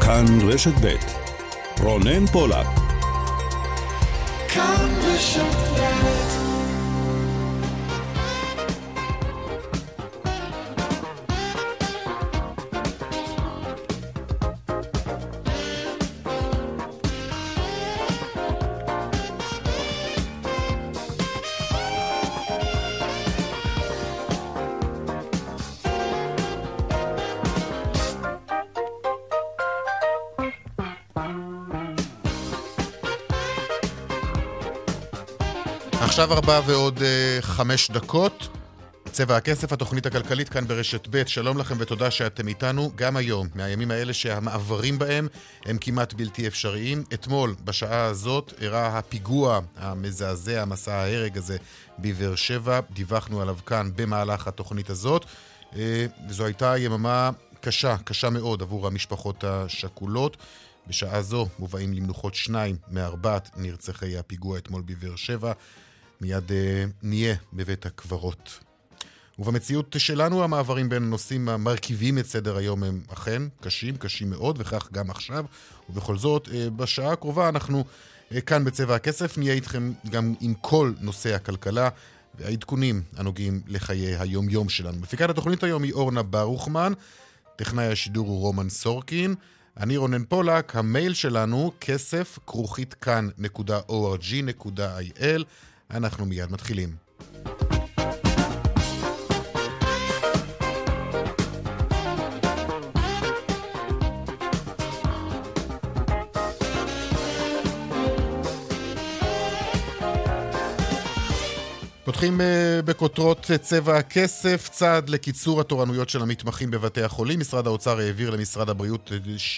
כאן רשת ב' רונן פולק. כאן רשת ב'. עכשיו 4:05. צבע הכסף, התוכנית הכלכלית כאן ברשת ב'. שלום לכם ותודה שאתם איתנו גם היום, מהימים האלה שהמעברים בהם הם כמעט בלתי אפשריים. אתמול בשעה הזאת אירע הפיגוע המזעזע, מסע ההרג הזה בבאר שבע. דיווחנו עליו כאן במהלך התוכנית הזאת. זו הייתה יממה קשה מאוד עבור המשפחות השכולות. בשעה זו מובאים למנוחות 2 מארבעת נרצחי הפיגוע אתמול בבאר שבע. מיד נהיה בבית הקברות. ובמציאות שלנו המעברים בין הנושאים המרכיבים את סדר היום הם אכן קשים מאוד, וכך גם עכשיו. ובכל זאת, בשעה הקרובה אנחנו כאן בצבע הכסף נהיה איתכם גם עם כל נושא הכלכלה והעדכונים הנוגעים לחיי היום-יום שלנו. מפיקת התוכנית היום היא אורנה ברוכמן, טכנאי השידור הוא רומן סורקין, אני רונן פולק. המייל שלנו כסף@כאן.org.il. אנחנו מיד מתחילים. פותחים בכותרות צבע הכסף. צעד לקיצור התורנויות של המתמחים בבתי החולים. משרד האוצר העביר למשרד הבריאות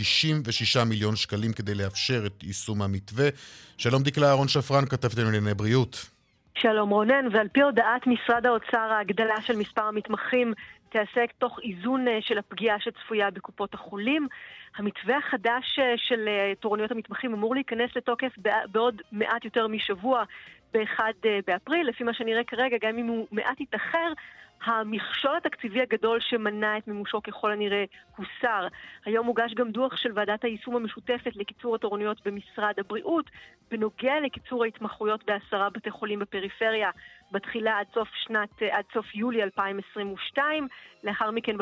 66 מיליון שקלים כדי לאפשר את יישום המתווה. שלום דקלה אהרון שפרן, כתבת לענייני בריאות. שלום רונן, ועל פי הודעת משרד האוצר, ההגדלה של מספר המתמחים תעשה תוך איזון של הפגיעה שצפויה בקופות החולים. המתווה החדש של תורנויות המתמחים אמור להיכנס לתוקף בעוד מעט יותר משבוע, ב-1 באפריל. לפי מה שנראה כרגע, גם אם הוא מעט יתאחר, המכשול התקציבי הגדול שמנע את מימושו ככל הנראה הוסר. היום הוגש גם דוח של ועדת היישום המשותפת לקיצור התורנויות במשרד הבריאות, בנוגע לקיצור ההתמחויות ב10 בתי חולים בפריפריה, בתחילה עד סוף יולי 2022, לאחר מכן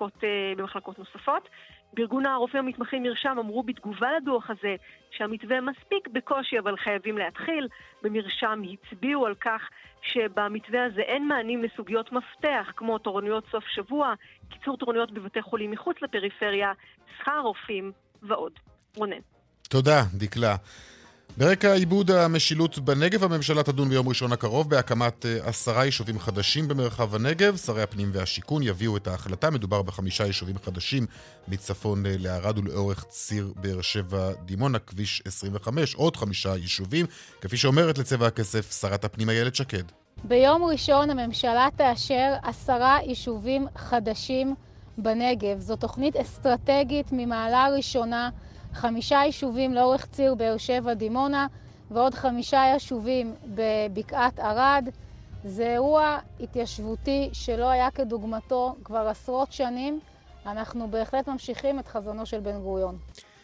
במחלקות נוספות. בארגון הרופאים המתמחים מרשם אמרו בתגובה לדוח הזה שהמתווה מספיק בקושי, אבל חייבים להתחיל. במרשם הצביעו על כך שבמתווה הזה אין מענים לסוגיות מפתח, כמו תורנויות סוף שבוע, קיצור תורנויות בבתי חולים מחוץ לפריפריה, שכר רופאים ועוד. רונן. תודה, דקלה. ברקע עיבוד המשילות בנגב, הממשלה תדון ביום ראשון הקרוב בהקמת 10 יישובים חדשים במרחב הנגב. שרי הפנים והשיכון יביאו את ההחלטה. מדובר ב5 יישובים חדשים מצפון לערד ולאורך ציר באר שבע דימונה, כביש 25, עוד 5 יישובים, כפי שאומרת לצבע הכסף שרת הפנים איילת שקד. ביום ראשון הממשלה תאשר 10 יישובים חדשים בנגב. זו תוכנית אסטרטגית ממעלה ראשונה. 5 יישובים לאורך ציר באר שבע דימונה ועוד 5 יישובים בבקעת ערד. זה אירוע התיישבותי שלא היה כדוגמתו כבר עשרות שנים. אנחנו בהחלט ממשיכים את חזונו של בן גוריון.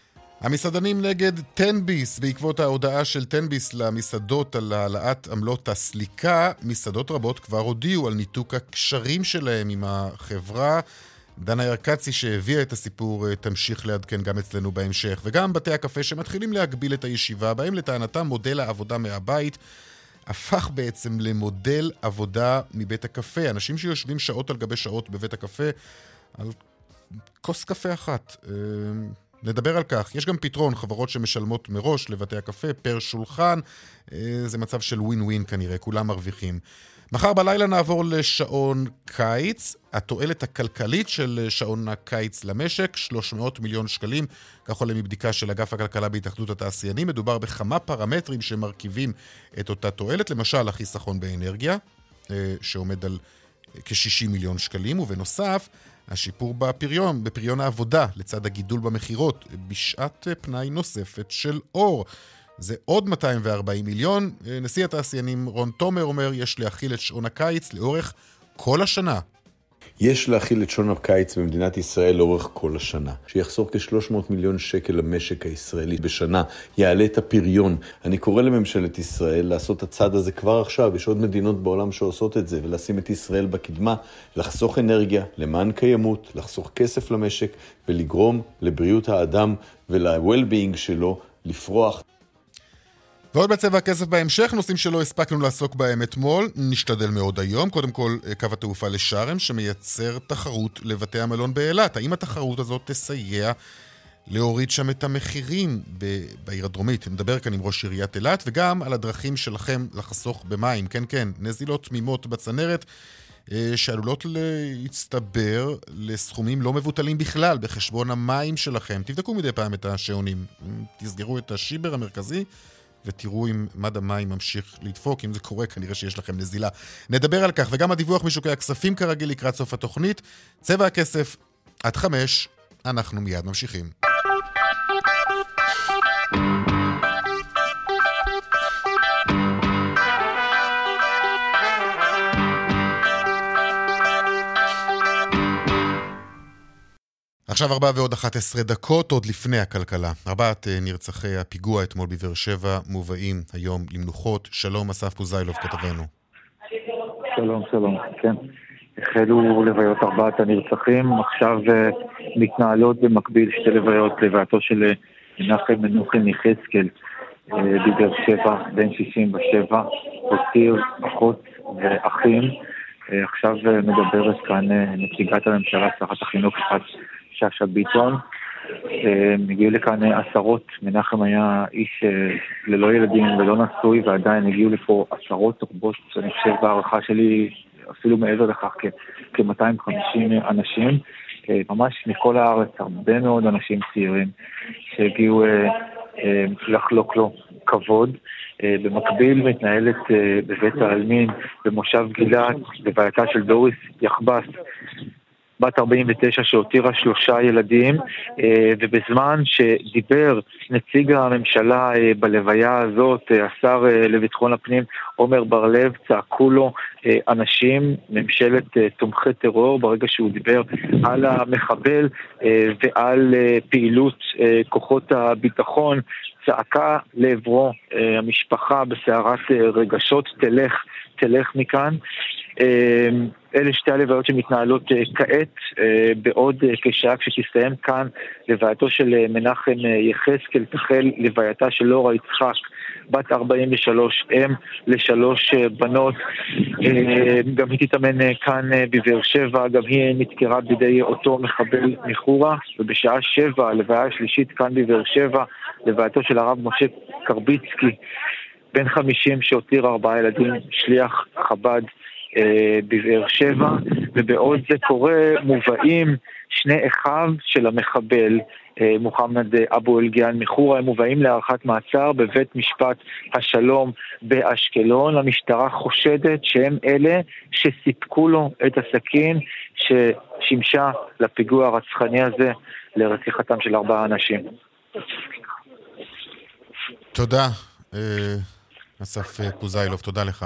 המסעדנים נגד תנביס. בעקבות ההודעה של תנביס למסעדות על העלאת עמלות הסליקה, מסעדות רבות כבר הודיעו על ניתוק הקשרים שלהם עם החברה. דנה ירקצי שהביאה את הסיפור תמשיך לעדכן גם אצלנו בהמשך. וגם בתי הקפה שמתחילים להגביל את הישיבה, בהם לטענתם מודל העבודה מהבית הפך בעצם למודל עבודה מבית הקפה. אנשים שיושבים שעות על גבי שעות בבית הקפה על כוס קפה אחת. נדבר על כך. יש גם פתרון, חברות שמשלמות מראש לבתי הקפה פר שולחן. זה מצב של ווין ווין כנראה, כולם מרוויחים. מחר בלילה נעבור לשעון קיץ. התועלת הכלכלית של שעון הקיץ למשק, 300 מיליון שקלים, כך עולה מבדיקה של אגף הכלכלה בהתאחדות התעשיינים. מדובר בכמה פרמטרים שמרכיבים את אותה תועלת, למשל החיסכון באנרגיה, שעומד על כ-60 מיליון שקלים, ובנוסף, השיפור בפריון העבודה, לצד הגידול במחירות, בשעת פנאי נוספת של אור. זה עוד 240 מיליון. נשיא התעשיינים רון תומר אומר, יש להכיל את שעון הקיץ לאורך כל השנה. יש להכיל את שעון הקיץ במדינת ישראל לאורך כל השנה, שיחסוך כ-300 מיליון שקל למשק הישראלי בשנה, יעלה את הפריון. אני קורא לממשלת ישראל לעשות את הצעד הזה כבר עכשיו, יש עוד מדינות בעולם שעושות את זה, ולשים את ישראל בקדמה, לחסוך אנרגיה, למען קיימות, לחסוך כסף למשק, ולגרום לבריאות האדם ול-well-being שלו לפרוח. ועוד בצבע הכסף בהמשך, נושאים שלא הספקנו לעסוק בהם אתמול, נשתדל מאוד היום. קודם כל, קו התעופה לשארם שמייצר תחרות לבתי המלון באילת. האם התחרות הזאת תסייע להוריד שם את המחירים בעיר הדרומית? נדבר כאן עם ראש עיריית אילת, וגם על הדרכים שלכם לחסוך במים. כן, כן, נזילות תמימות בצנרת שעלולות להצטבר לסכומים לא מבוטלים בכלל בחשבון המים שלכם. תבדקו מדי פעם את השעונים, תסגרו את השיבר המרכזי ותראו אם מד המים ממשיך לדפוק. אם זה קורה, כנראה שיש לכם נזילה. נדבר על כך, וגם הדיווח משוקי הכספים כרגיל לקראת סוף התוכנית. צבע הכסף עד 5, אנחנו מיד ממשיכים. עכשיו 4:11, עוד לפני הכלכלה. 4 נרצחי הפיגוע אתמול בבאר שבע מובאים היום למנוחות. שלום, אסף פוזיילוב, כתבנו. שלום, כן. החלו לוויות 4 הנרצחים, עכשיו מתנהלות במקביל 2 לוויות, לווייתו של מנחם מנוחם יחזקאל בבאר שבע, בן 67, הותיר אחות ואחים. עכשיו מדברת כאן נציגת הממשלה, שרת החינוך שאשא ביטון. הגיעו לכאן עשרות. מנחם היה איש ללא ילדים ולא נשוי, ועדיין הגיעו לפה עשרות רבות, אני חושב בהערכה שלי אפילו מעבר לכך כ-250 אנשים, ממש מכל הארץ, הרבה מאוד אנשים צעירים שהגיעו לחלוק לו כבוד. במקביל מתנהלת בבית העלמין במושב גלעד בבעייתה של דוריס יחבס, בת 49 שהותירה 3 ילדים, ובזמן שדיבר נציג הממשלה בלוויה הזאת, השר לביטחון הפנים עומר בר לב, צעקו לו אנשים, ממשלת תומכי טרור, ברגע שהוא דיבר על המחבל ועל פעילות כוחות הביטחון. צעקה לעברו המשפחה בסערת רגשות, תלך מכאן. אלה 2 הלוויות שמתנהלות כעת, בעוד כשעה כשתסתיים כאן לווייתו של מנחם יחזקאל, תחל לווייתה של לורה יצחק, בת 43, אם ל3 בנות. גם היא תתאמן כאן בבאר שבע, גם היא נתקרה בידי אותו מחבל מחורה, ובשעה 7 הלוויה השלישית כאן בבאר שבע, לווייתו של הרב משה קרביצקי, בן 50 שהותיר 4 ילדים, שליח חב"ד בבאר שבע. ובעוד זה קורה מובאים 2 אחיו של המחבל מוחמד אבו אלגיאן מחורה, הם מובאים להארכת מעצר בבית משפט השלום באשקלון. המשטרה חושדת שהם אלה שסיפקו לו את הסכין ששימשה לפיגוע הרצחני הזה, לרציחתם של 4 אנשים. תודה, אסף פוזיילוב, תודה לך.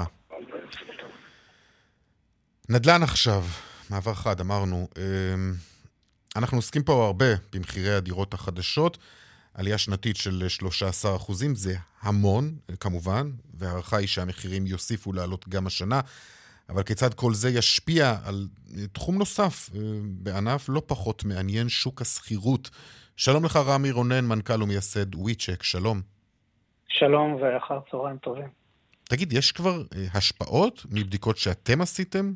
נדל"ן עכשיו, מעבר חד, אמרנו, אנחנו עוסקים פה הרבה במחירי הדירות החדשות, עלייה שנתית של 13%, זה המון, כמובן, והערכה היא שהמחירים יוסיפו לעלות גם השנה, אבל כיצד כל זה ישפיע על תחום נוסף בענף לא פחות מעניין, שוק הסחירות. שלום לך רמי רונן, מנכ"ל ומייסד וויצ'ק, שלום. שלום ואחר צהריים טובים. תגיד, יש כבר השפעות מבדיקות שאתם עשיתם?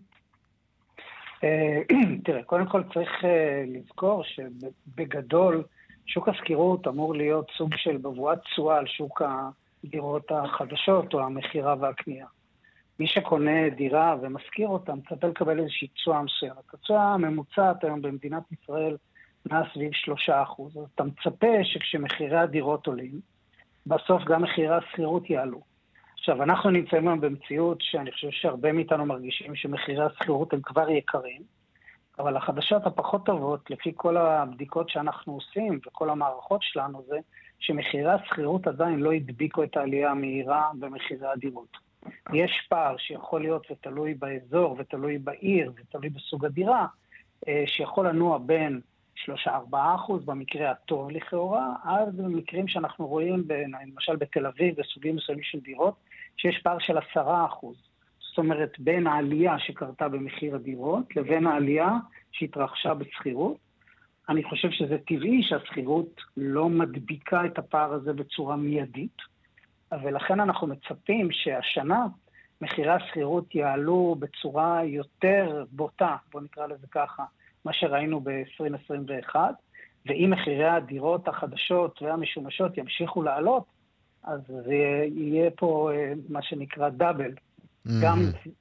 תראה, קודם כל צריך לזכור שבגדול שוק הסחירות אמור להיות סוג של בבואת תשואה על שוק הדירות החדשות או המחירה והקנייה. מי שקונה דירה ומשכיר אותה מצפה לקבל איזושהי תשואה מסוימת. התשואה הממוצעת היום במדינת ישראל נעה סביב 3%. אז אתה מצפה שכשמחירי הדירות עולים, בסוף גם מחירי הסחירות יעלו. עכשיו, אנחנו נמצאים היום במציאות שאני חושב שהרבה מאיתנו מרגישים שמחירי הסחירות הם כבר יקרים, אבל החדשות הפחות טובות, לפי כל הבדיקות שאנחנו עושים וכל המערכות שלנו, זה שמחירי הסחירות עדיין לא הדביקו את העלייה המהירה במחירי הדירות. יש פער שיכול להיות ותלוי באזור ותלוי בעיר ותלוי בסוג הדירה, שיכול לנוע בין 3-4% במקרה הטוב לכאורה, עד במקרים שאנחנו רואים, למשל בתל אביב, בסוגים מסוימים של דירות, שיש פער של 10%. זאת אומרת, בין העלייה שקרתה במחיר הדירות, לבין העלייה שהתרחשה בסחירות. אני חושב שזה טבעי שהסחירות לא מדביקה את הפער הזה בצורה מיידית, ולכן אנחנו מצפים שהשנה מחירי הסחירות יעלו בצורה יותר בוטה, בוא נקרא לזה ככה, מה שראינו ב-2021, ואם מחירי הדירות החדשות והמשומשות ימשיכו לעלות, אז זה יהיה פה מה שנקרא דאבל. גם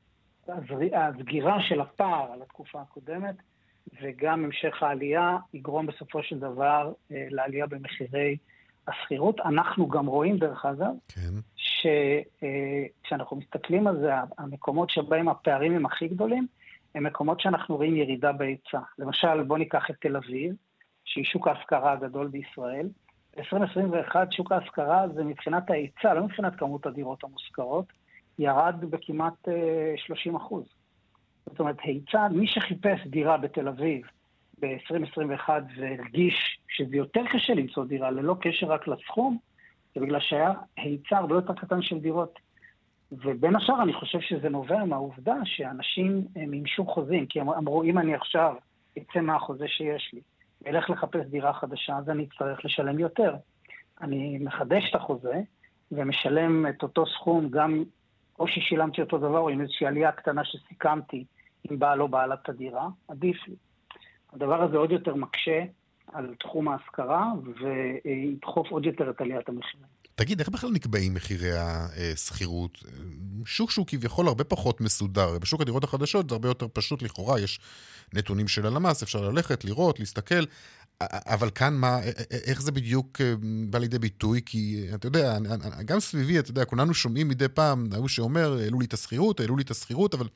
הסגירה של הפער על התקופה הקודמת, וגם המשך העלייה יגרום בסופו של דבר לעלייה במחירי הסחירות. אנחנו גם רואים דרך אגב, שכשאנחנו מסתכלים על זה, המקומות שבהם הפערים הם הכי גדולים, הם מקומות שאנחנו רואים ירידה בהיצע. למשל, בוא ניקח את תל אביב, שהיא שוק ההשכרה הגדול בישראל. ב-2021 שוק ההשכרה זה מבחינת ההיצע, לא מבחינת כמות הדירות המושכרות, ירד בכמעט 30%. זאת אומרת, היצע, מי שחיפש דירה בתל אביב ב-2021 והרגיש שזה יותר קשה למצוא דירה, ללא קשר רק לסכום, זה בגלל שהיה היצע הרבה יותר קטן של דירות. ובין השאר אני חושב שזה נובע מהעובדה שאנשים מימשו חוזים, כי הם אמרו, אם אני עכשיו אצא מהחוזה שיש לי, ואלך לחפש דירה חדשה, אז אני אצטרך לשלם יותר. אני מחדש את החוזה, ומשלם את אותו סכום גם, או ששילמתי אותו דבר, או עם איזושהי עלייה קטנה שסיכמתי עם בעל או בעלת הדירה, עדיף לי. הדבר הזה עוד יותר מקשה על תחום ההשכרה, וידחוף עוד יותר את עליית המחירים. תגיד, איך בכלל נקבעים מחירי הסחירות? שוק שהוא כביכול הרבה פחות מסודר. בשוק הדירות החדשות זה הרבה יותר פשוט לכאורה, יש נתונים של הלמ"ס, אפשר ללכת, לראות, להסתכל, אבל כאן איך זה בדיוק בא לידי ביטוי? כי אתה יודע, גם סביבי, אתה יודע, כולנו שומעים מדי פעם, הוא שאומר, העלו לי את הסחירות, אבל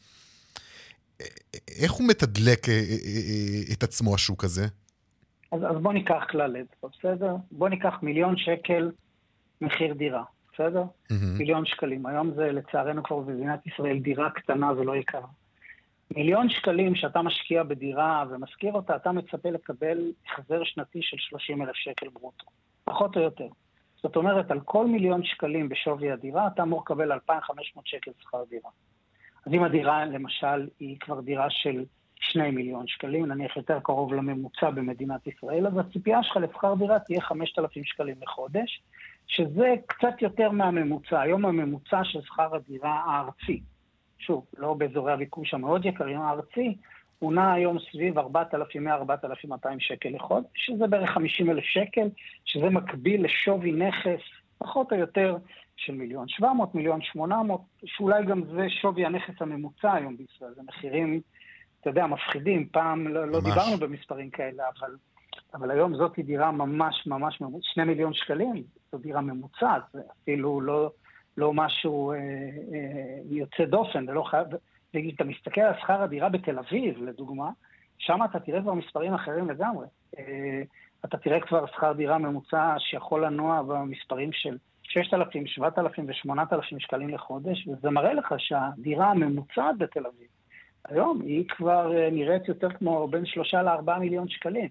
איך הוא מתדלק את עצמו השוק הזה? אז בוא ניקח כלל אצבע, בסדר? בוא ניקח 1,000,000 שקל מחיר דירה, בסדר? 1,000,000 שקלים. היום זה לצערנו כבר במדינת ישראל דירה קטנה ולא יקרה. 1,000,000 שקלים שאתה משקיע בדירה ומזכיר אותה, אתה מצפה לקבל החזר שנתי של 30,000 שקל ברוטו. פחות או יותר. זאת אומרת, על כל 1,000,000 שקלים בשווי הדירה, אתה אמור לקבל 2,500 שקל שכר דירה. אז אם הדירה, למשל, היא כבר דירה של 2 מיליון שקלים, נניח יותר קרוב לממוצע במדינת ישראל, אז הציפייה שלך לשכר דירה תהיה 5,000 שקלים לחודש, שזה קצת יותר מהממוצע. היום הממוצע של שכר הדירה הארצי, שוב, לא באזורי הביקוש המאוד יקרים, הארצי, הוא נע היום סביב 4,100-4,200 שקל לחודש, שזה בערך 50,000 שקל, שזה מקביל לשווי נכס, פחות או יותר, של 1,700,000, 1,800,000, שאולי גם זה שווי הנכס הממוצע היום בישראל. זה מחירים, אתה יודע, מפחידים. פעם לא דיברנו במספרים כאלה, אבל היום זאת דירה ממש 2 מיליון שקלים. זו דירה ממוצעת, זה אפילו לא משהו יוצא דופן, ולא חייב... ואתה מסתכל על שכר הדירה בתל אביב, לדוגמה, שם אתה תראה כבר מספרים אחרים לגמרי. אתה תראה כבר שכר דירה ממוצע שיכול לנוע במספרים של 6,000, 7,000 ו8,000 שקלים לחודש, וזה מראה לך שהדירה הממוצעת בתל אביב, היום היא כבר נראית יותר כמו בין 3-4 מיליון שקלים.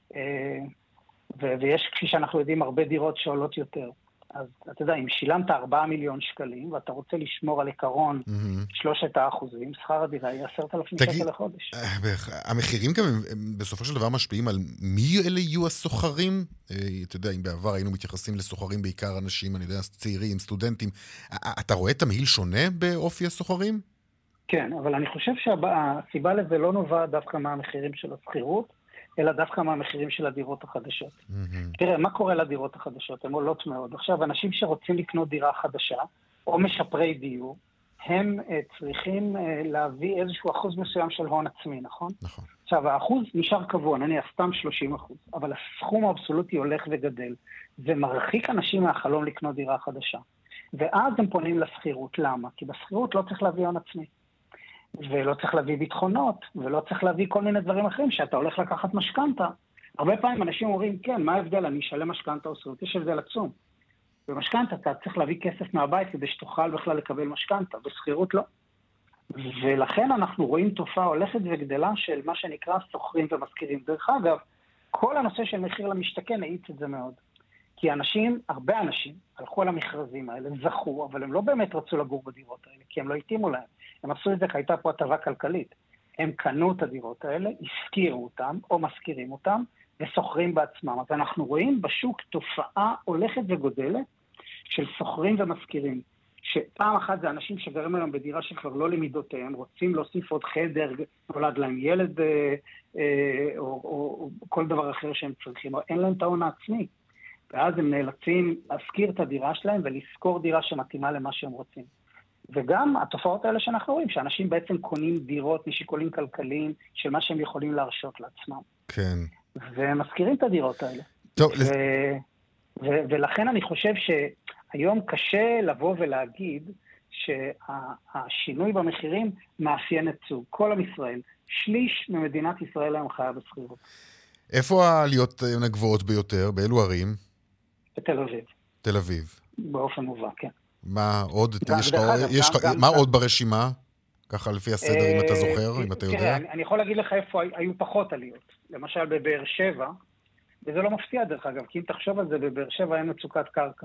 ויש, כפי שאנחנו יודעים, הרבה דירות שעולות יותר. אז אתה יודע, אם שילמת 4 מיליון שקלים, ואתה רוצה לשמור על עיקרון 3%, שכר הדירה היא 10,000 שקל לחודש. המחירים גם בסופו של דבר משפיעים על מי אלה יהיו הסוחרים? אתה יודע, אם בעבר היינו מתייחסים לסוחרים בעיקר אנשים, אני יודע, צעירים, סטודנטים, אתה רואה תמהיל שונה באופי הסוחרים? כן, אבל אני חושב שהסיבה לזה לא נובעת דווקא מהמחירים של הסחירות, אלא דווקא מהמחירים של הדירות החדשות. תראה, מה קורה לדירות החדשות? הן עולות מאוד. עכשיו, אנשים שרוצים לקנות דירה חדשה, או משפרי דיור, הם צריכים להביא איזשהו אחוז מסוים של הון עצמי, נכון? נכון. עכשיו, האחוז נשאר קבוע, נניח סתם 30%, אבל הסכום האבסולוטי הולך וגדל, ומרחיק אנשים מהחלום לקנות דירה חדשה. ואז הם פונים לסחירות. למה? כי בסחירות לא צריך להביא הון עצמי. ולא צריך להביא ביטחונות, ולא צריך להביא כל מיני דברים אחרים, שאתה הולך לקחת משכנתה. הרבה פעמים אנשים אומרים, כן, מה ההבדל? אני אשלם משכנתה או שכירות? יש הבדל עצום. במשכנתה אתה צריך להביא כסף מהבית כדי שתוכל בכלל לקבל משכנתה, בשכירות לא. ולכן אנחנו רואים תופעה הולכת וגדלה של מה שנקרא סוחרים ומשכירים. דרך אגב, כל הנושא של מחיר למשתכן העיץ את זה מאוד. כי אנשים, הרבה אנשים, הלכו על המכרזים האלה, זכו, אבל הם לא באמת רצו לגור בדירות האלה, כי הם לא התאימו להם. הם עשו את זה כי הייתה פה הטבה כלכלית. הם קנו את הדירות האלה, השכירו אותם, או משכירים אותם, וסוחרים בעצמם. אז אנחנו רואים בשוק תופעה הולכת וגודלת של סוחרים ומשכירים. שפעם אחת זה אנשים שגרים היום בדירה שכבר לא למידותיהם, רוצים להוסיף עוד חדר, נולד להם ילד או כל דבר אחר שהם צריכים, או אין להם את ההון העצמי. ואז הם נאלצים להשכיר את הדירה שלהם ולשכור דירה שמתאימה למה שהם רוצים. וגם התופעות האלה שאנחנו רואים, שאנשים בעצם קונים דירות משיקולים כלכליים של מה שהם יכולים להרשות לעצמם. כן. ומשכירים את הדירות האלה. טוב, ולכן אני חושב שהיום קשה לבוא ולהגיד שהשינוי במחירים מאפיין את סוג. כל עם ישראל, שליש ממדינת ישראל היום חיה בשכירות. איפה העליות הגבוהות ביותר? באילו ערים? בתל אביב. תל אביב. באופן מובהק, כן. מה עוד? מה עוד ברשימה? ככה לפי הסדר, אם אתה זוכר, אם אתה יודע. תראה, אני יכול להגיד לך איפה היו פחות עליות. למשל בבאר שבע, וזה לא מפתיע דרך אגב, כי אם תחשוב על זה, בבאר שבע אין מצוקת קרקע.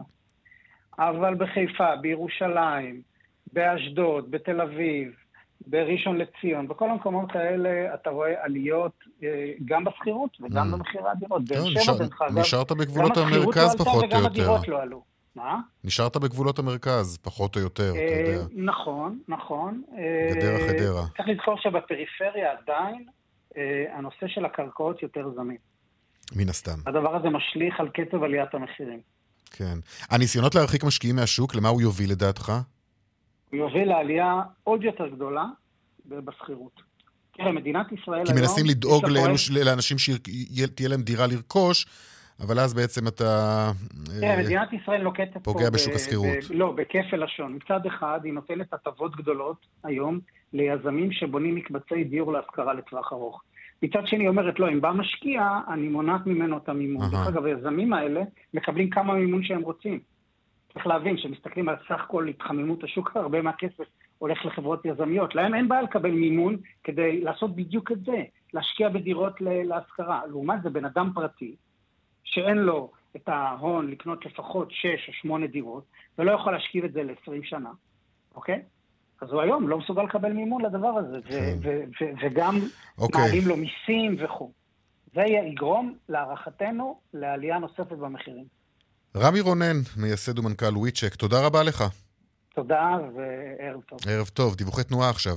אבל בחיפה, בירושלים, באשדוד, בתל אביב, בראשון לציון, בכל המקומות האלה אתה רואה עליות גם בשכירות וגם במחירי הדירות. נשארת בגבולות המרכז פחות או יותר. וגם הדירות לא עלו. מה? נשארת בגבולות המרכז, פחות או יותר, אתה יודע. נכון. גדרה, חדרה. צריך לזכור שבפריפריה עדיין הנושא של הקרקעות יותר זמין. מן הסתם. הדבר הזה משליך על קצב עליית המחירים. כן. הניסיונות להרחיק משקיעים מהשוק, למה הוא יוביל לדעתך? הוא יוביל לעלייה עוד יותר גדולה בשכירות. תראה, מדינת ישראל כי מנסים לדאוג לאנשים שתהיה להם דירה לרכוש, אבל אז בעצם אתה מדינת ישראל לוקטת פוגע בשוק הסחירות. לא, בכפל לשון. מצד אחד היא נותנת הטבות גדולות היום ליזמים שבונים מקבצי דיור להשכרה לטווח ארוך. מצד שני אומרת, לא, אם בא משקיע, אני מונעת ממנו את המימון. דרך אגב, היזמים האלה מקבלים כמה מימון שהם רוצים. צריך להבין שמסתכלים על סך כל התחממות השוק, הרבה מהכסף הולך לחברות יזמיות. להם אין בעיה לקבל מימון כדי לעשות בדיוק את זה, להשקיע בדירות להשכרה. לעומת זה, בן אדם פרטי, שאין לו את ההון לקנות לפחות 6 או 8 דירות, ולא יכול להשקיע את זה ל-20 שנה, אוקיי? אז הוא היום לא מסוגל לקבל מימון לדבר הזה, וגם מעלים לו מיסים וכו'. זה יגרום, להערכתנו, לעלייה נוספת במחירים. רמי רונן, מייסד ומנכ"ל וויצ'ק, תודה רבה לך. תודה וערב טוב. ערב טוב, דיווחי תנועה עכשיו.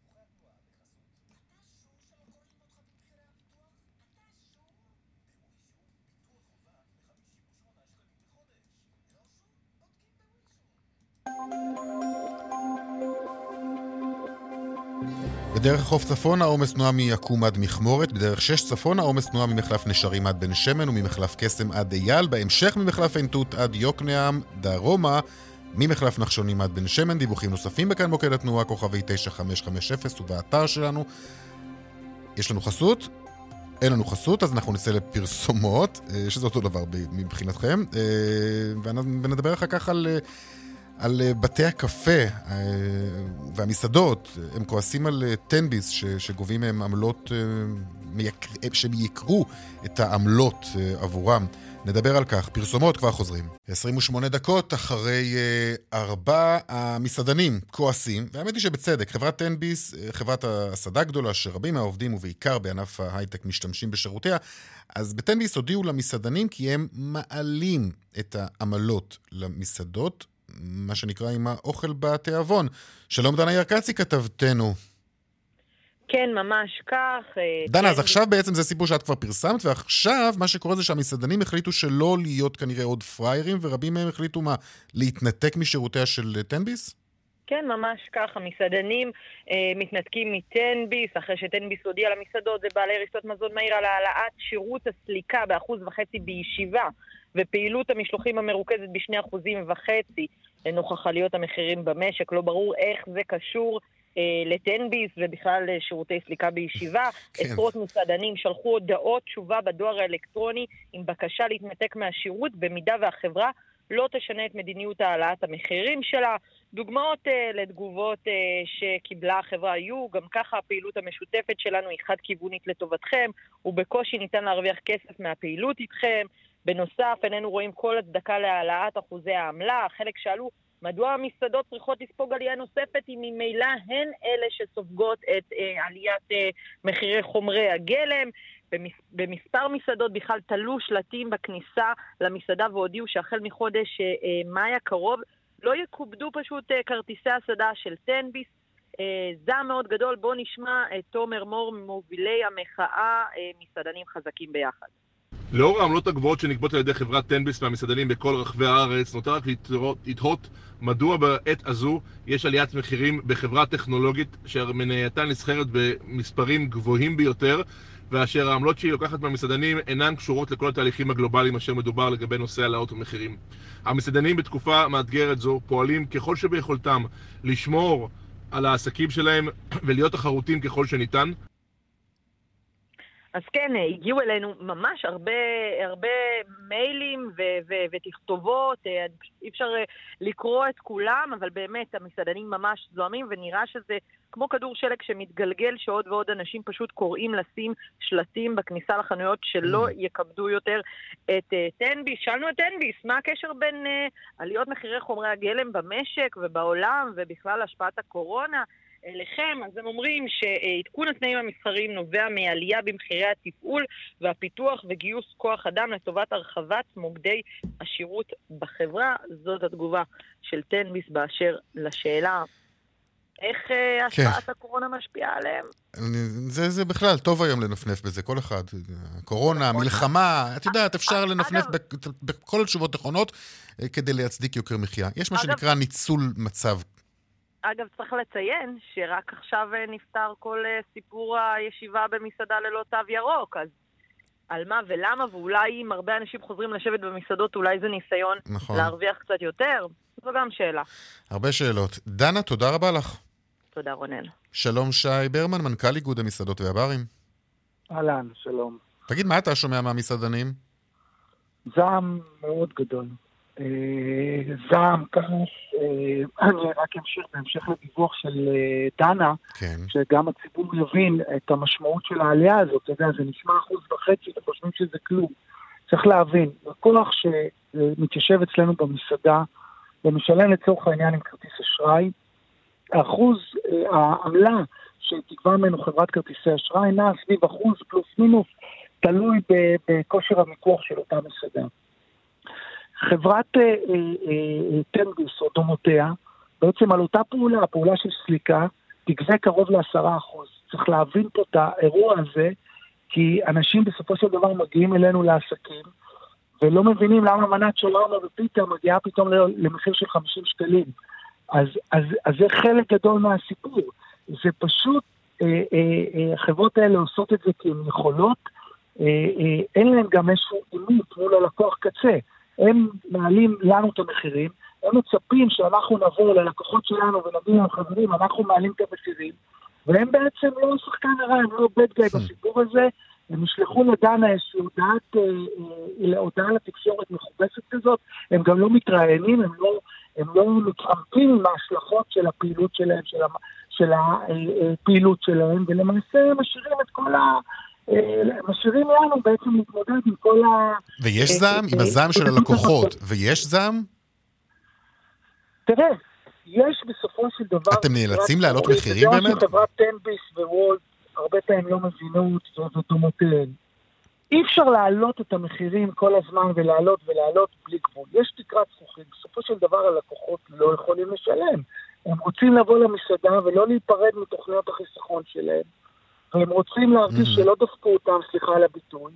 בדרך חוף צפון העומס תנועה מיקום עד מכמורת, בדרך 6 צפון העומס תנועה ממחלף נשרים עד בן שמן וממחלף קסם עד אייל, בהמשך ממחלף עין תות עד יוקנעם, דרומה ממחלף נחשונים עד בן שמן. דיווחים נוספים בכאן מוקד התנועה כוכבי 9550 ובאתר שלנו. יש לנו חסות? אין לנו חסות, אז אנחנו נצא לפרסומות, שזה אותו דבר מבחינתכם, ונדבר אחר כך על בתי הקפה והמסעדות. הם כועסים על טנביס שגובים מהם עמלות שמייקרו את העמלות עבורם. נדבר על כך. פרסומות כבר חוזרים. 28 דקות אחרי 4 המסעדנים כועסים, והאמת היא שבצדק. חברת טנביס, חברת הסעדה גדולה שרבים מהעובדים ובעיקר בענף ההייטק משתמשים בשירותיה, אז בטנביס הודיעו למסעדנים כי הם מעלים את העמלות למסעדות, מה שנקרא עם האוכל בתיאבון. שלום דנה ירקצי כתבתנו. כן, ממש כך. דנה, אז עכשיו בעצם זה סיפור שאת כבר פרסמת, ועכשיו מה שקורה זה שהמסעדנים החליטו שלא להיות כנראה עוד פריירים, ורבים מהם החליטו להתנתק משירותיה של טנביס? כן, ממש כך. המסעדנים מתנתקים מטנביס, אחרי שטנביס הודיע למסעדות, זה בעלי רשתות מזון מהיר על העלאת שירות הסליקה ב1.5% בישיבה, ופעילות המשלוחים המרוכזת ב2.5% לנוכח עליות המחירים במשק. לא ברור איך זה קשור לטנביס ובכלל שירותי סליקה בישיבה. עשרות מסעדנים שלחו הודעות תשובה בדואר האלקטרוני עם בקשה להתנתק מהשירות במידה והחברה לא תשנה את מדיניות העלאת המחירים שלה. דוגמאות לתגובות שקיבלה החברה היו, גם ככה הפעילות המשותפת שלנו היא חד-כיוונית לטובתכם, ובקושי ניתן להרוויח כסף מהפעילות איתכם. בנוסף, איננו רואים כל הצדקה להעלאת אחוזי העמלה. חלק שאלו, מדוע המסעדות צריכות לספוג עלייה נוספת אם ממילא הן אלה שסופגות את עליית מחירי חומרי הגלם? במספר מסעדות בכלל תלו שלטים בכניסה למסעדה והודיעו שהחל מחודש מאי הקרוב לא יקובדו פשוט כרטיסי הסעדה של תן-ביס. זעם מאוד גדול. בוא נשמע את תומר מור ממובילי המחאה מסעדנים חזקים ביחד. לאור העמלות הגבוהות שנקבות על ידי חברת תן-ביס והמסעדנים בכל רחבי הארץ, נותר רק לתהות מדוע בעת הזו יש עליית מחירים בחברה טכנולוגית שמנייתה נסחרת במספרים גבוהים ביותר, ואשר העמלות שהיא לוקחת מהמסעדנים אינן קשורות לכל התהליכים הגלובליים אשר מדובר לגבי נושא העלאות ומחירים. המסעדנים בתקופה מאתגרת זו פועלים ככל שביכולתם לשמור על העסקים שלהם ולהיות תחרותיים ככל שניתן. אז כן, הגיעו אלינו ממש הרבה מיילים ותכתובות, אי אפשר לקרוא את כולם, אבל באמת המסעדנים ממש זוהמים, ונראה שזה כמו כדור שלג שמתגלגל, שעוד ועוד אנשים פשוט קוראים לשים שלטים בכניסה לחנויות שלא יקבדו יותר את תן-ביס. שאלנו את תן-ביס, מה הקשר בין עליות מחירי חומרי הגלם במשק ובעולם ובכלל השפעת הקורונה אליכם? אז הם אומרים שעדכון התנאים המסחריים נובע מעלייה במחירי התפעול והפיתוח וגיוס כוח אדם לטובת הרחבת מוקדי השירות בחברה. זאת התגובה של תן-ביס באשר לשאלה איך השפעת הקורונה משפיעה עליהם. זה בכלל טוב היום לנפנף בזה, כל אחד. קורונה, מלחמה, את יודעת, אפשר לנפנף בכל התשובות נכונות כדי להצדיק יוקר מחיה. יש מה שנקרא ניצול מצב. אגב, צריך לציין שרק עכשיו נפטר כל סיפור הישיבה במסעדה ללא תו ירוק, אז על מה ולמה, ואולי אם הרבה אנשים חוזרים לשבת במסעדות, אולי זה ניסיון להרוויח קצת יותר. זו גם שאלה. הרבה שאלות. דנה, תודה רבה לך. תודה רונן. שלום שי ברמן, מנכ"ל איגוד המסעדות והברים. אהלן, שלום. תגיד, מה אתה שומע מהמסעדנים? זעם מאוד גדול. זעם כך, אני רק אמשיך בהמשך לדיווח של דנה, כן. שגם הציבור יבין את המשמעות של העלייה הזאת. אתה יודע, זה נשמע 1.5%, אתם חושבים שזה כלום. צריך להבין, לקוח שמתיישב אצלנו במסעדה, ומשלם לצורך העניין עם כרטיס אשראי, האחוז, העמלה שתקבע ממנו חברת כרטיסי אשראי, נע סביב 1% פלוס מינוס, תלוי בכושר המיקוח של אותה מסעדה. חברת תן-ביס או דומותיה, בעצם על אותה פעולה של סליקה, תגבה קרוב ל10%. צריך להבין פה את האירוע הזה, כי אנשים בסופו של דבר מגיעים אלינו לעסקים, ולא מבינים למה מנת שווארמה ופיתה מגיעה פתאום למחיר של 50 שקלים. אז זה חלק גדול מהסיפור. זה פשוט, החברות האלה עושות את זה כי הן יכולות, אין להן גם איזשהו אימות מול הלקוח קצה. הם מעלים לנו את המחירים, הם מצפים שאנחנו נבוא ללקוחות שלנו ונגיד להם חברים, אנחנו מעלים את המחירים, והם בעצם לא שחקן הרע, הם לא בד גיא בסיפור הזה, הם ישלחו לדנה איזושהי הודעה לתקשורת מכובסת כזאת, הם גם לא מתראיינים, הם לא מתחמקים מההשלכות של הפעילות שלהם, של הפעילות שלהם, ולמעשה משאירים את כל משאירים לנו בעצם להתמודד עם כל ויש זעם? עם הזעם של הלקוחות. ויש זעם? תראה, יש בסופו של דבר... אתם נאלצים להעלות מחירים באמת? חברת תן-ביס ווולט, הרבה פעמים לא מבינות ודומותיהן. אי אפשר להעלות את המחירים כל הזמן ולהעלות בלי גבול. יש תקרת זכוכית. בסופו של דבר הלקוחות לא יכולים לשלם. הם רוצים לבוא למסעדה ולא להיפרד מתוכניות החיסכון שלהם. והם רוצים להרגיש שלא דפקו אותם, סליחה על הביטוי,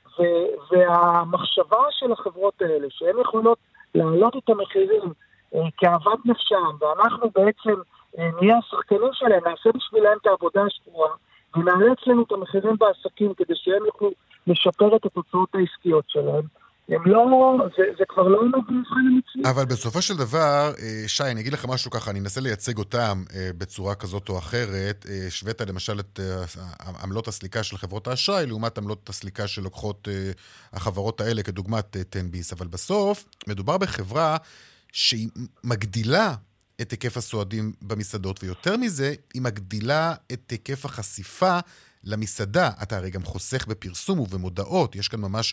והמחשבה של החברות האלה, שהן יכולות להעלות את המחירים כאהבת נפשם, ואנחנו בעצם נהיה השחקנים שלהם, נעשה בשבילם את העבודה השבועה, ונעלה אצלנו את המחירים בעסקים, כדי שהם יוכלו לשפר את התוצאות העסקיות שלהם, הם לא, זה כבר לא מבחן אמיתי. אבל בסופו של דבר, שי, אני אגיד לך משהו ככה, אני אנסה לייצג אותם בצורה כזאת או אחרת. שווית למשל את עמלות הסליקה של חברות האשראי, לעומת עמלות הסליקה שלוקחות החברות האלה, כדוגמת תן-ביס. אבל בסוף, מדובר בחברה שהיא מגדילה את היקף הסועדים במסעדות, ויותר מזה, היא מגדילה את היקף החשיפה למסעדה. אתה הרי גם חוסך בפרסום ובמודעות, יש כאן ממש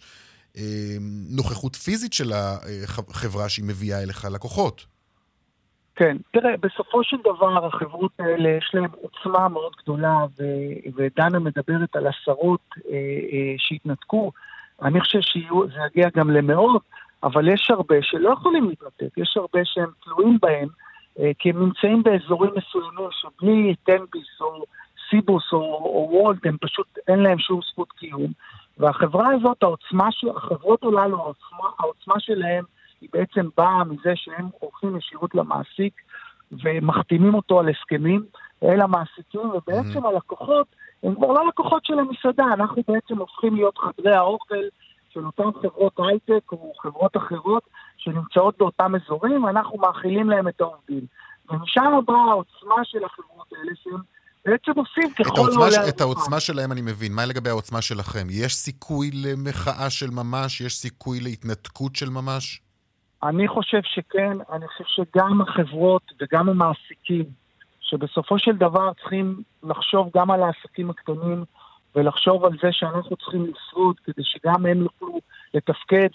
נוכחות פיזית של החברה שהיא מביאה אליך לקוחות. כן, תראה, בסופו של דבר החברות האלה יש להן עוצמה מאוד גדולה, ודנה מדברת על עשרות שהתנתקו. אני חושב שזה יגיע גם למאות, אבל יש הרבה שלא יכולים להתנתק, יש הרבה שהם תלויים בהם, כי הם נמצאים באזורים מסוימים שבלי תן-ביס או סיבוס או וולט, הם פשוט אין להם שום זכות קיום. והחברה הזאת, החברות הללו, העוצמה שלהם היא בעצם באה מזה שהם הולכים ישירות למעסיק ומחתימים אותו על הסכמים אל המעסיקים, ובעצם הלקוחות הם כבר לא לקוחות של המסעדה, אנחנו בעצם הופכים להיות חדרי האוכל של אותן חברות הייטק או חברות אחרות שנמצאות באותם אזורים, ואנחנו מאכילים להם את העובדים. ומשם הבאה העוצמה של החברות האלה שהם בעצם עושים ככל העולה. את העוצמה שלהם אני מבין. מה לגבי העוצמה שלכם? יש סיכוי למחאה של ממש? יש סיכוי להתנתקות של ממש? אני חושב שכן. אני חושב שגם החברות וגם המעסיקים, שבסופו של דבר צריכים לחשוב גם על העסקים הקטנים, ולחשוב על זה שאנחנו צריכים לשרוד, כדי שגם הם יוכלו לתפקד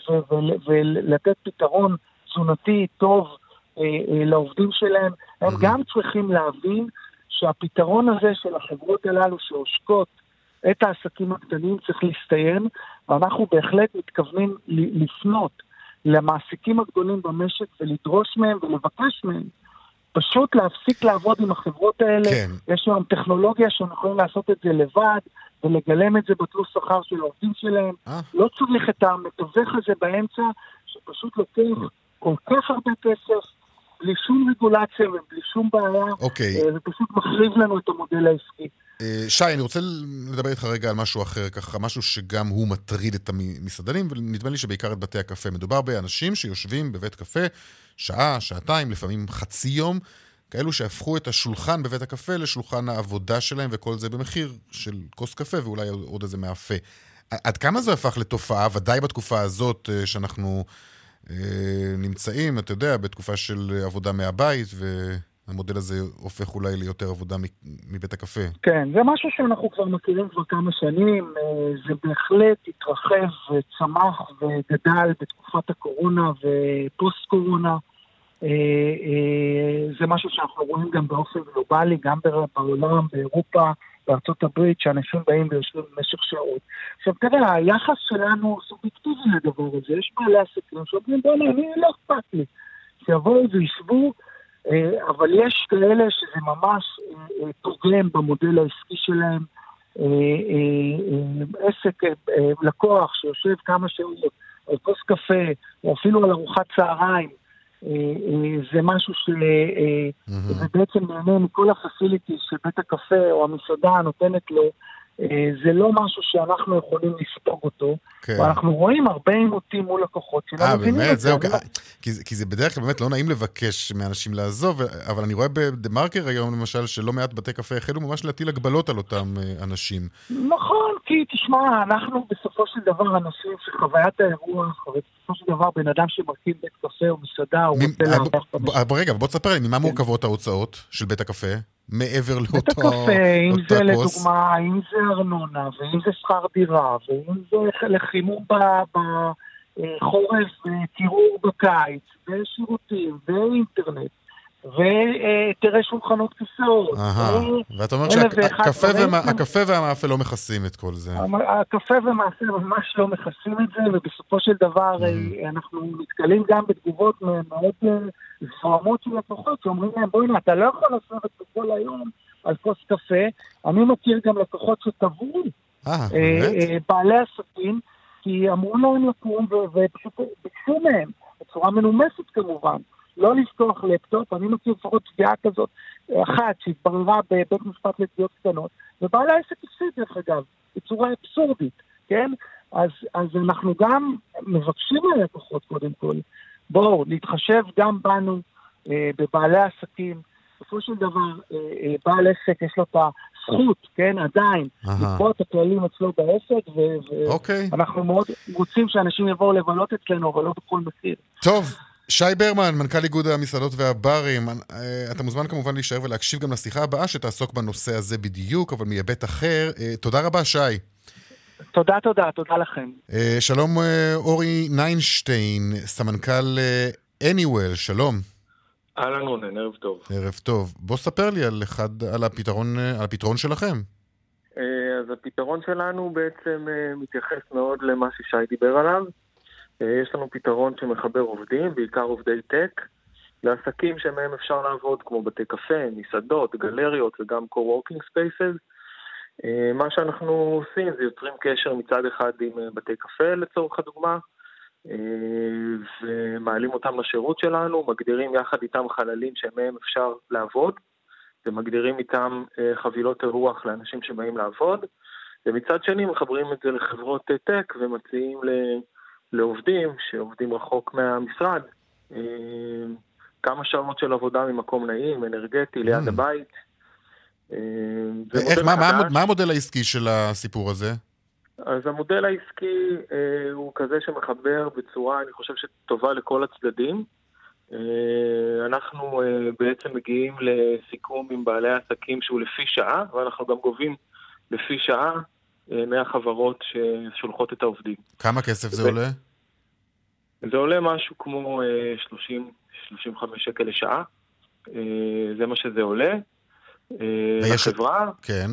ולתת פתרון תזונתי טוב לעובדים שלהם. הם גם צריכים להבין שהפתרון הזה של החברות הללו שעושקות את העסקים הקטנים צריך להסתיים, ואנחנו בהחלט מתכוונים לפנות למעסיקים הגדולים במשק ולדרוש מהם ולבקש מהם פשוט להפסיק לעבוד עם החברות האלה. כן. יש היום טכנולוגיה שהם יכולים לעשות את זה לבד ולגלם את זה בתלוש שכר של העובדים שלהם. לא צריך את המתווך הזה באמצע שפשוט לוקח כל כך הרבה כסף בלי שום רגולציה ובלי שום בעיה, ופשוט מחריב לנו את המודל העסקי. שי, אני רוצה לדבר איתך רגע על משהו אחר, ככה, משהו שגם הוא מטריד את המסעדנים, ונדמה לי שבעיקר את בתי הקפה. מדובר באנשים שיושבים בבית קפה שעה, שעתיים, לפעמים חצי יום, כאלו שהפכו את השולחן בבית הקפה לשולחן העבודה שלהם, וכל זה במחיר של כוס קפה, ואולי עוד איזה מאפה. עד כמה זה הפך לתופעה, ודאי בתקופה הזאת שאנחנו נמצאים, אתה יודע, בתקופה של עבודה מהבית, והמודל הזה הופך אולי ליותר עבודה מבית הקפה. כן, זה משהו שאנחנו כבר מכירים כבר כמה שנים, זה בהחלט התרחב וצמח וגדל בתקופת הקורונה ופוסט קורונה, זה משהו שאנחנו רואים גם באופן גלובלי, גם בעולם, באירופה, בארצות הברית, שאנשים באים ויושבים במשך שעות. עכשיו תראה, היחס שלנו סובייקטיבי לדבר הזה, יש בעלי עסקים שאומרים, בואו, אני לא אכפת לי, שיבואו וישבו, אבל יש כאלה שזה ממש פוגם במודל העסקי שלהם, עסק, לקוח שיושב כמה שעות, על כוס קפה, או אפילו על ארוחת צהריים, זה משהו שזה בעצם נהנה מכל הפסיליטי שבית הקפה או המסעדה נותנת לו, זה לא משהו שאנחנו יכולים לספוג אותו, ואנחנו רואים הרבה עימותים מול לקוחות. באמת, זהו, כי זה בדרך כלל באמת לא נעים לבקש מאנשים לעזוב, אבל אני רואה בדמרקר היום למשל שלא מעט בתי קפה החלו ממש להטיל הגבלות על אותם אנשים. נכון, כי תשמע, אנחנו בסופו של דבר אנשים שחוויית האירוח, ובסופו של דבר בן אדם שמרכיב בית קפה או מסעדה, הוא רוצה להרוויח. רגע, בוא תספר לי, ממה מורכבות ההוצאות של בית הקפה? מעבר לאותו בית הקפה, אם זה לדוגמה, אם זה ארנונה, ואם זה שכר דירה, ואם זה לחימום בחורף, וקירור בקיץ, ושירותים, ואינטרנט, ותראה שולחנות כיסאות. ואתה אומר שהקפה והמאפה לא מכסים את כל זה. הקפה והמאפה ממש לא מכסים את זה, ובסופו של דבר אנחנו מתקלים גם בתגובות מאוד זוהמות של לקוחות, שאומרים להם, בואי נה, אתה לא יכול לשבת כל היום על כוס קפה. אני מכיר גם לקוחות שטבעו, בעלי עסקים, כי אמרו להם לקום, ופשוט ביקשו מהם, בצורה מנומסת כמובן, לא לפתוח לפטופ. אני מכיר לפחות תביעה כזאת אחת שהתבררה בבית משפט לתביעות קטנות, ובעלי העסק הפסיד דרך אגב, בצורה אבסורדית, כן? אז אנחנו גם מבקשים מהלקוחות קודם כל, בואו, להתחשב גם בנו, בבעלי העסקים, בסופו של דבר, בעל עסק יש לו את הזכות, כן, עדיין, לקבוע את הכללים אצלו בעסק, ואנחנו מאוד רוצים שאנשים יבואו לבלות אצלנו, אבל לא בכל מחיר. טוב. שי ברמן, מנכ"ל איגוד המסעדות והברים, אתה מוזמן כמובן להישאר ולהקשיב גם לשיחה הבאה שתעסוק בנושא הזה בדיוק, אבל מהיבט אחר. תודה רבה, שי. תודה לכם. שלום אורי ניינשטיין, סמנכ"ל Anywell, שלום. אהלן רונן, ערב טוב. ערב טוב. בוא ספר לי על הפתרון שלכם. אז הפתרון שלנו בעצם מתייחס מאוד למה ששי דיבר עליו. יש לנו פתרון שמחבר עובדים, בעיקר עובדי טק, לעסקים שמהם אפשר לעבוד כמו בתי קפה, מסעדות, גלריות וגם co-working spaces. מה שאנחנו עושים זה יוצרים קשר מצד אחד עם בתי קפה לצורך הדוגמה, ומעלים אותם לשירות שלנו, מגדירים יחד איתם חללים שמהם אפשר לעבוד, ומגדירים איתם חבילות אירוח לאנשים שבאים לעבוד, ומצד שני מחברים את זה לחברות טק ומציעים לעובדים שעובדים רחוק מהמשרד, כמה שעות של עבודה ממקום נעים, אנרגטי, ליד הבית. מה המודל העסקי של הסיפור הזה? אז המודל העסקי הוא כזה שמחבר בצורה, אני חושב שטובה לכל הצדדים. אנחנו בעצם מגיעים לסיכום עם בעלי העסקים שהוא לפי שעה, ואנחנו גם גובים לפי שעה מהחברות ששולחות את העובדים. כמה כסף זה עולה? זה עולה משהו כמו 35 שקל לשעה. זה מה שזה עולה. לחברה. כן.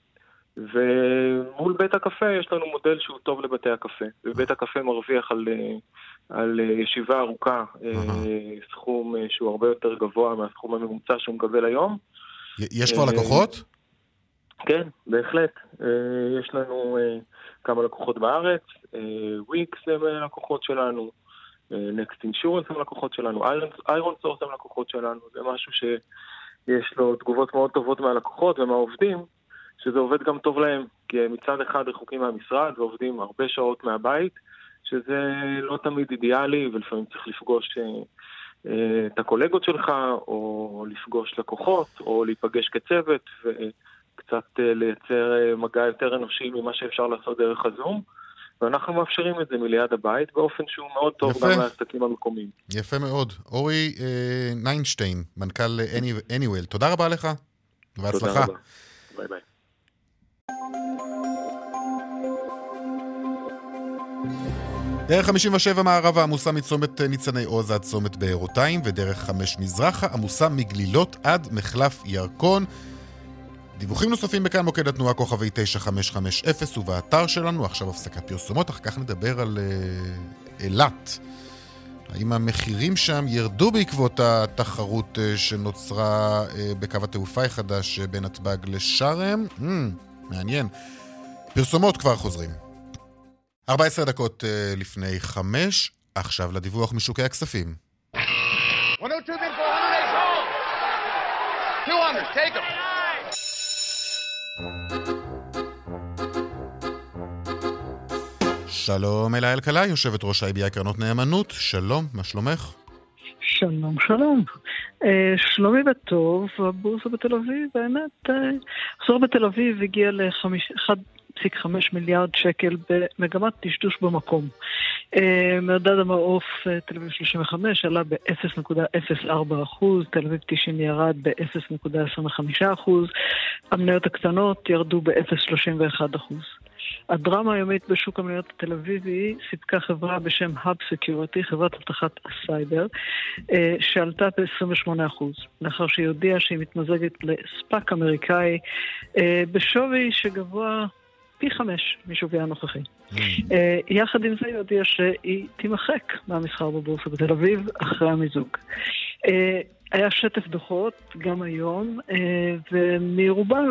ומול בית הקפה יש לנו מודל שהוא טוב לבתי הקפה. ובית הקפה מרוויח על ישיבה ארוכה סכום שהוא הרבה יותר גבוה מהסכום הממוצע שהוא מקבל היום. יש כבר לקוחות? כן, בהחלט. יש לנו כמה לקוחות בארץ, וויקס הם לקוחות שלנו, נקסט אינשורנס הם לקוחות שלנו, איירון סורס הם לקוחות שלנו. זה משהו שיש לו תגובות מאוד טובות מהלקוחות ומהעובדים, שזה עובד גם טוב להם, כי מצד אחד רחוקים מהמשרד ועובדים הרבה שעות מהבית, שזה לא תמיד אידיאלי, ולפעמים צריך לפגוש את הקולגות שלך, או לפגוש לקוחות, או להיפגש כצוות, וקצת לייצר מגע יותר אנושי ממה שאפשר לעשות דרך הזום, ואנחנו מאפשרים את זה מליד הבית, באופן שהוא מאוד טוב גם לעסקים המקומיים. יפה מאוד. אורי ניינשטיין, מנכ"ל Anywell, תודה רבה לך, והצלחה. תודה רבה. ביי ביי. דרך 57 מערבה עמוסה מצומת ניצני עוז עד צומת בארותיים, ודרך 5 מזרחה עמוסה מגלילות עד מחלף ירקון. דיווחים נוספים בכאן מוקד התנועה כוכבי 9550 ובאתר שלנו. עכשיו הפסקת פרסומות, אחר כך נדבר על אילת. האם המחירים שם ירדו בעקבות התחרות שנוצרה בקו התעופה החדש בין נתב"ג לשארם? מעניין. פרסומות כבר חוזרים. 14 דקות לפני 5, עכשיו לדיווח משוקי הכספים. 102 bid for 100, 200, take them. שלום אלה אלקלה, יושבת ראש IBI קרנות נאמנות. שלום, מה שלומך? שלום, שלום. שלומי בטוב, הבורסה בתל אביב, באמת, מחזור בתל אביב הגיע ל-1.5 מיליארד שקל במגמת דשדוש במקום. מדד המעוף תל אביב 35 עלה ב-0.04%, תל אביב 90 ירד ב-0.25%, המניות הקטנות ירדו ב-0.31%. הדרמה היומית בשוק המניות התל אביבי סיפקה חברה בשם Hub Security, חברת אבטחת הסייבר, שעלתה ב-28%, לאחר שהיא הודיעה שהיא מתמזגת לספאק אמריקאי בשווי שגבוה פי 5 משווי הנוכחי. יחד עם זה היא הודיעה שהיא תימחק מהמסחר בבורסה בתל אביב אחרי המיזוג. היה שטף דוחות גם היום, ומרובם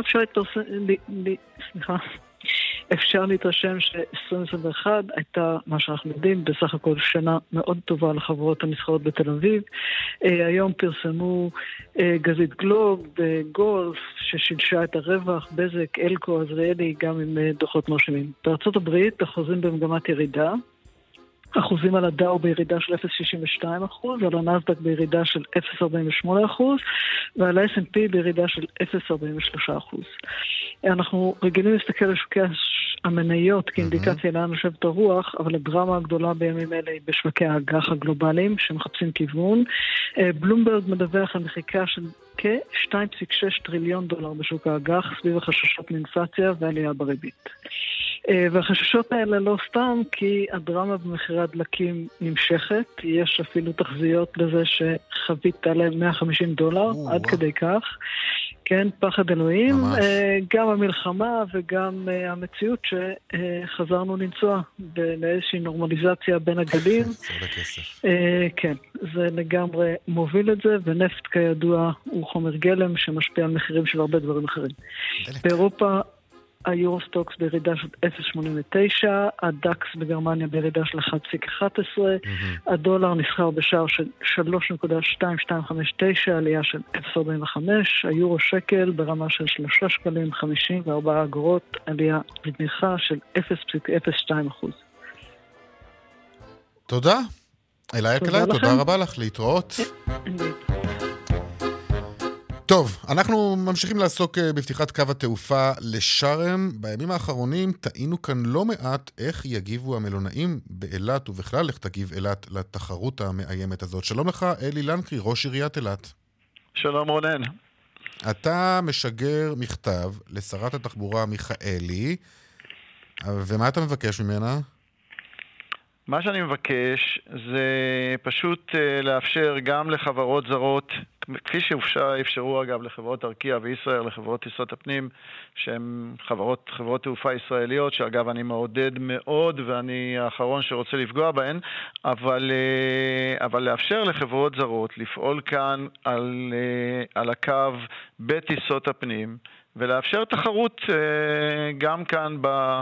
אפשר להתרשם ש-2021 הייתה, מה שאנחנו יודעים, בסך הכל שנה מאוד טובה לחברות המסחרות בתל אביב. היום פרסמו גזית גלוב, גולף, ששילשה את הרווח, בזק, אלקו, עזריאלי, גם עם דוחות מרשימים. בארצות הברית החוזים במגמת ירידה, אחוזים על הדאו בירידה של 0.62%, על הנסדק בירידה של 0.48%, ועל ה-S&P בירידה של 0.43%. אנחנו רגילים להסתכל על שוקי המניות כאינדיקציה לאן נושבת הרוח, אבל הדרמה הגדולה בימים אלה היא בשווקי האג"ח הגלובליים שמחפשים כיוון. בלומברג מדווח על מחיקה של כ-2.6 טריליון דולר בשוק האג"ח סביב החששות מאינפלציה ועלייה בריבית. והחששות האלה לא סתם כי הדרמה במחירי הדלקים נמשכת, יש אפילו תחזיות לזה שחבית תעלה $150, עד כדי כך. כן, פחד אלוהים, גם המלחמה וגם המציאות שחזרנו לנסוע לאיזושהי נורמליזציה בין הגלים. כן, זה לגמרי מוביל את זה, ונפט כידוע הוא חומר גלם שמשפיע על מחירים של הרבה דברים אחרים. באירופה היורוסטוקס בירידה של 0.89, הדקס בגרמניה בירידה של 1.11, הדולר נסחר בשער של 3.2259, עלייה של 0.45, היורו שקל ברמה של 3.54 אגורות, עלייה ותמיכה של 0.02%. תודה. אלה יקלה, תודה רבה לך, להתראות. טוב, אנחנו ממשיכים לעסוק בפתיחת קו התעופה לשרם. בימים האחרונים טעינו כאן לא מעט איך יגיבו המלונאים באילת, ובכלל איך תגיב אילת לתחרות המאיימת הזאת. שלום לך, אלי לנקרי, ראש עיריית אילת. שלום רונן. אתה משגר מכתב לשרת התחבורה מיכאלי, ומה אתה מבקש ממנה? מה שאני מבקש זה פשוט לאפשר גם לחברות זרות, כפי שאפשרו אגב לחברות ארקיע וישראל, לחברות טיסות הפנים, שהן חברות תעופה ישראליות, שאגב אני מעודד מאוד ואני האחרון שרוצה לפגוע בהן, אבל לאפשר לחברות זרות לפעול כאן על הקו בטיסות הפנים, ולאפשר תחרות גם כאן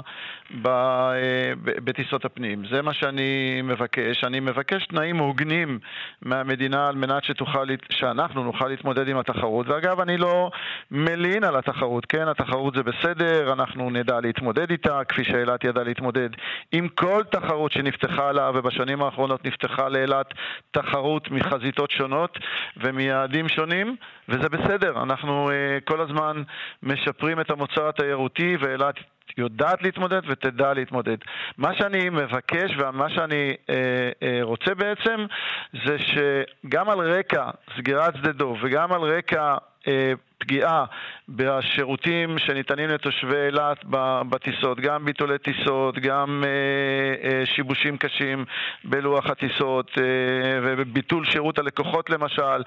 בטיסות הפנים. זה מה שאני מבקש. אני מבקש תנאים הוגנים מהמדינה על מנת שאנחנו נוכל להתמודד עם התחרות. ואגב, אני לא מלין על התחרות. כן, התחרות זה בסדר, אנחנו נדע להתמודד איתה, כפי שאילת ידע להתמודד עם כל תחרות שנפתחה לה, ובשנים האחרונות נפתחה לאילת תחרות מחזיתות שונות ומיעדים שונים, וזה בסדר. אנחנו כל הזמן משפרים את המוצר התיירותי, ואילת יודעת להתמודד ותדע להתמודד. מה שאני מבקש ומה שאני רוצה בעצם זה שגם על רקע סגירת שדה דוב וגם על רקע פגיעה בשירותים שניתנים לתושבי אילת בטיסות, גם ביטולי טיסות, גם שיבושים קשים בלוח הטיסות וביטול שירות הלקוחות למשל.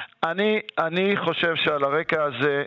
אני חושב שעל הרקע הזה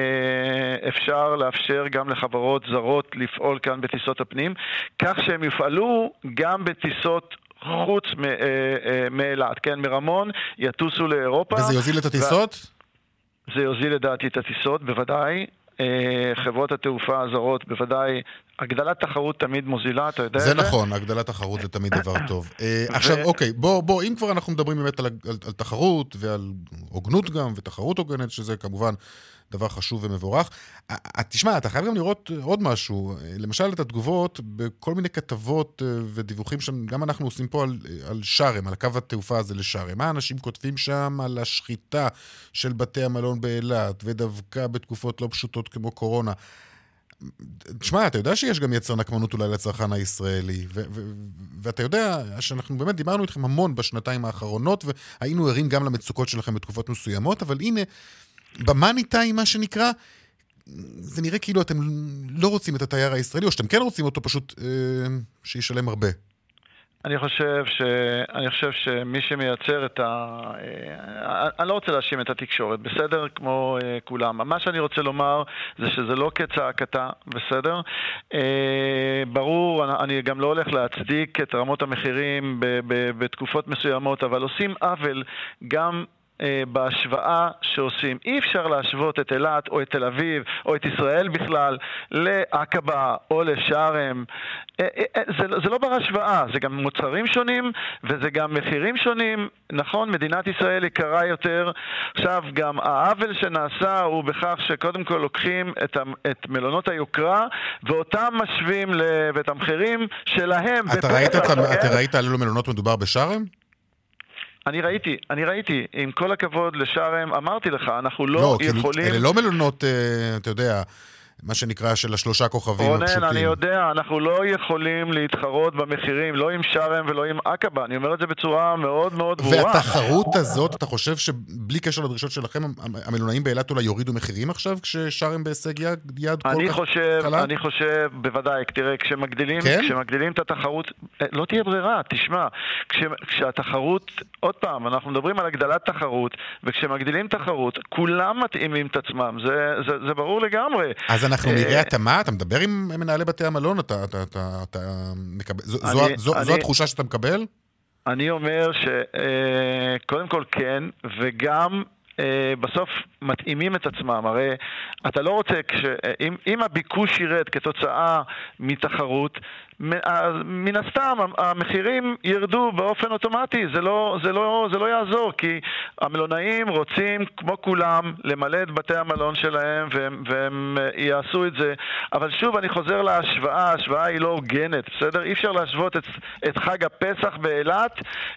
אפשר לאפשר גם לחברות זרות לפעול כאן בטיסות הפנים, כך שהם יפעלו גם בטיסות חוץ מאילת, כן, מרמון, יטוסו לאירופה. וזה יוזיל את הטיסות? זה יוזיל לדעתי את הטיסות, בוודאי. חברות התעופה הזרות, בוודאי, הגדלת תחרות תמיד מוזילה, אתה יודע את זה? זה נכון, הגדלת תחרות זה תמיד דבר טוב. עכשיו, אוקיי, בוא, אם כבר אנחנו מדברים באמת על תחרות ועל הוגנות גם, ותחרות הוגנת, שזה כמובן דבר חשוב ומבורך. תשמע, אתה חייב גם לראות עוד משהו, למשל את התגובות בכל מיני כתבות ודיווחים שגם אנחנו עושים פה על שרם, על הקו התעופה הזה לשרם. מה אנשים כותבים שם על השחיטה של בתי המלון באילת, ודווקא בתקופות לא פשוטות כמו קורונה. תשמע, אתה יודע שיש גם יצר נקמנות אולי לצרכן הישראלי, ואתה יודע שאנחנו באמת דיברנו איתכם המון בשנתיים האחרונות, והיינו ערים גם למצוקות שלכם בתקופות מסוימות, אבל הנה, במאני טיים, מה שנקרא, זה נראה כאילו אתם לא רוצים את התייר הישראלי, או שאתם כן רוצים אותו פשוט שישלם הרבה. אני חושב שמי שמייצר אני לא רוצה להאשים את התקשורת, בסדר? כמו כולם. מה שאני רוצה לומר זה שזה לא כצעקתה, בסדר? ברור, אני גם לא הולך להצדיק את רמות המחירים בתקופות מסוימות, אבל עושים עוול גם בהשוואה שעושים. אי אפשר להשוות את אילת או את תל אביב או את ישראל בכלל לעקבה או לשארם. זה לא בר השוואה, זה גם מוצרים שונים וזה גם מחירים שונים. נכון, מדינת ישראל יקרה יותר. עכשיו גם העוול שנעשה הוא בכך שקודם כל לוקחים את מלונות היוקרה ואותם משווים ואת המחירים שלהם. אתה ראית על אילו מלונות מדובר בשארם? אני ראיתי, עם כל הכבוד לשארם, אמרתי לך, אנחנו לא יכולים... אלה לא מלונות, אתה יודע, מה שנקרא של 3 כוכבים הפשוטים. רונן, אני יודע, אנחנו לא יכולים להתחרות במחירים, לא עם שארם ולא עם עקבה, אני אומר את זה בצורה מאוד מאוד ברורה. והתחרות הזאת, אתה חושב שבלי קשר לדרישות שלכם, המלונאים באילת אולי יורידו מחירים עכשיו, כששארם בהישג יד כל כך קלה? אני חושב, בוודאי, תראה, כשמגדילים את התחרות, לא תהיה ברירה, תשמע, כשהתחרות, עוד פעם, אנחנו מדברים על הגדלת תחרות, וכשמגדילים תחרות, כולם מתאימים את עצמם, זה ברור לגמרי. אז אנחנו נראה התאמה, אתה מדבר עם מנהלי בתי המלון, זו התחושה שאתה מקבל? אני אומר שקודם כל כן, וגם בסוף מתאימים את עצמם. הרי אתה לא רוצה, אם הביקוש ירד כתוצאה מתחרות, מן הסתם המחירים ירדו באופן אוטומטי. זה לא יעזור, כי המלונאים רוצים כמו כולם למלא את בתי המלון שלהם, והם יעשו את זה. אבל שוב אני חוזר להשוואה, ההשוואה היא לא הוגנת, בסדר? אי אפשר להשוות את חג הפסח באילת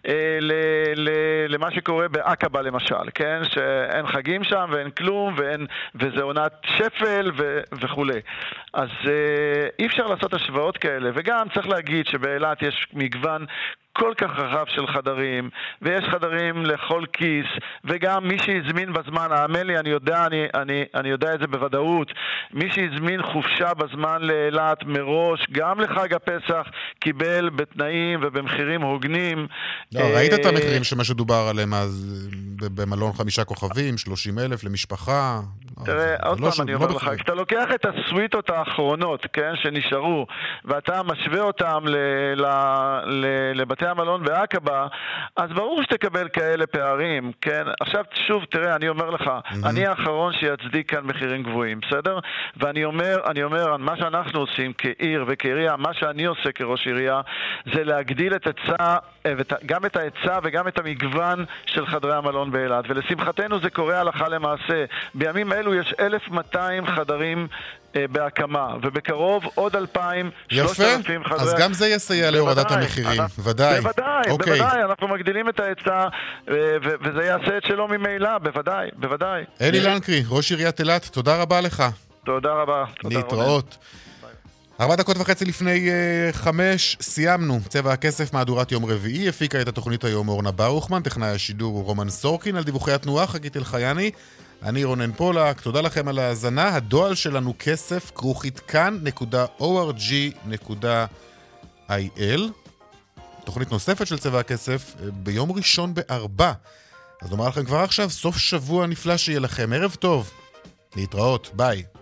למה שקורה בעקבה למשל, כן? שאין חגים שם ואין כלום, וזה עונת שפל וכו'. אז אי אפשר לעשות השוואות כאלה, וגם צריך להגיד שבאילת יש מגוון כל כך רחב של חדרים, ויש חדרים לכל כיס, וגם מי שהזמין בזמן, האמן לי, אני יודע את זה בוודאות, מי שהזמין חופשה בזמן לאילת מראש, גם לחג הפסח, קיבל בתנאים ובמחירים הוגנים. ראית את המחירים שמה שדובר עליהם אז במלון 5 כוכבים, 30,000 למשפחה? תראה, עוד פעם אני אומר לך, כשאתה לוקח את הסוויטות האחרונות, כן, שנשארו, ואתה משווה אותם לבתי המלון בעקבה, אז ברור שתקבל כאלה פערים, כן? עכשיו שוב, תראה, אני אומר לך, אני האחרון שיצדיק כאן מחירים גבוהים, בסדר? ואני אומר, מה שאנחנו עושים כעיר וכעירייה, מה שאני עושה כראש עירייה, זה להגדיל את ההיצע, גם את ההיצע וגם את המגוון של חדרי המלון באילת, ולשמחתנו זה קורה הלכה למעשה. בימים אלו יש 1,200 חדרים בהקמה, ובקרוב עוד 2,000, 3,000 חדרי... אז גם זה יסייע להורדת המחירים, ודאי. בוודאי, אנחנו מגדילים את ההיצע, וזה יעשה את שלו ממילא, בוודאי. אלי לנקרי, ראש עיריית אילת, תודה רבה לך. תודה רבה. להתראות. 4:30 לפני 5, סיימנו. צבע הכסף, מהדורת יום רביעי, הפיקה את התוכנית היום אורנה ברוכמן, טכנאי השידור הוא רומן סורקין, על דיווחי התנועה חגית אלחייני. אני רונן פולק, תודה לכם על ההאזנה. הדואל שלנו כסף, כאן.org.il. תוכנית נוספת של צבע הכסף ביום ראשון ב-4. אז אומר לכם כבר עכשיו, סוף שבוע נפלא שיהיה לכם. ערב טוב. להתראות, ביי.